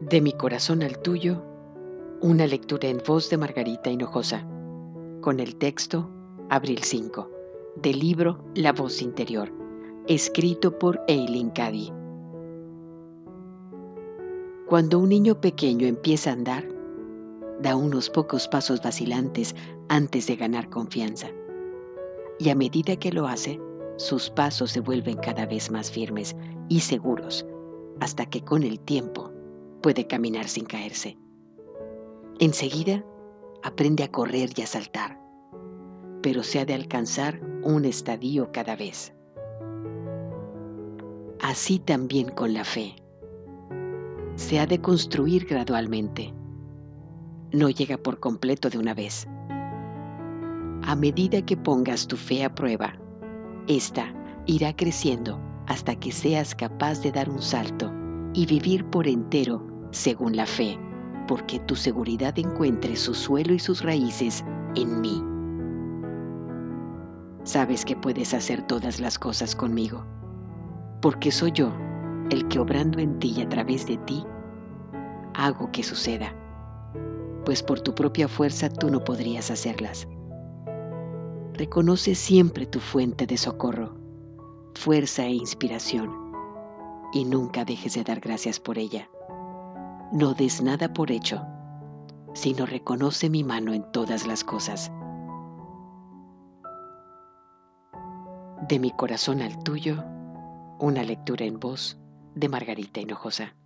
De mi corazón al tuyo, una lectura en voz de Margarita Hinojosa, con el texto Abril 5, del libro La voz interior, escrito por Eileen Cady. Cuando un niño pequeño empieza a andar, da unos pocos pasos vacilantes antes de ganar confianza. Y a medida que lo hace, sus pasos se vuelven cada vez más firmes y seguros, hasta que con el tiempo puede caminar sin caerse. Enseguida aprende a correr y a saltar, pero se ha de alcanzar un estadio cada vez. Así también con la fe. Se ha de construir gradualmente. No llega por completo de una vez. A medida que pongas tu fe a prueba, ésta irá creciendo hasta que seas capaz de dar un salto y vivir por entero según la fe, porque tu seguridad encuentre su suelo y sus raíces en mí. Sabes que puedes hacer todas las cosas conmigo, porque soy yo el que obrando en ti y a través de ti, hago que suceda, pues por tu propia fuerza tú no podrías hacerlas. Reconoce siempre tu fuente de socorro, fuerza e inspiración, y nunca dejes de dar gracias por ella. No des nada por hecho, sino reconoce mi mano en todas las cosas. De mi corazón al tuyo, una lectura en voz de Margarita Hinojosa.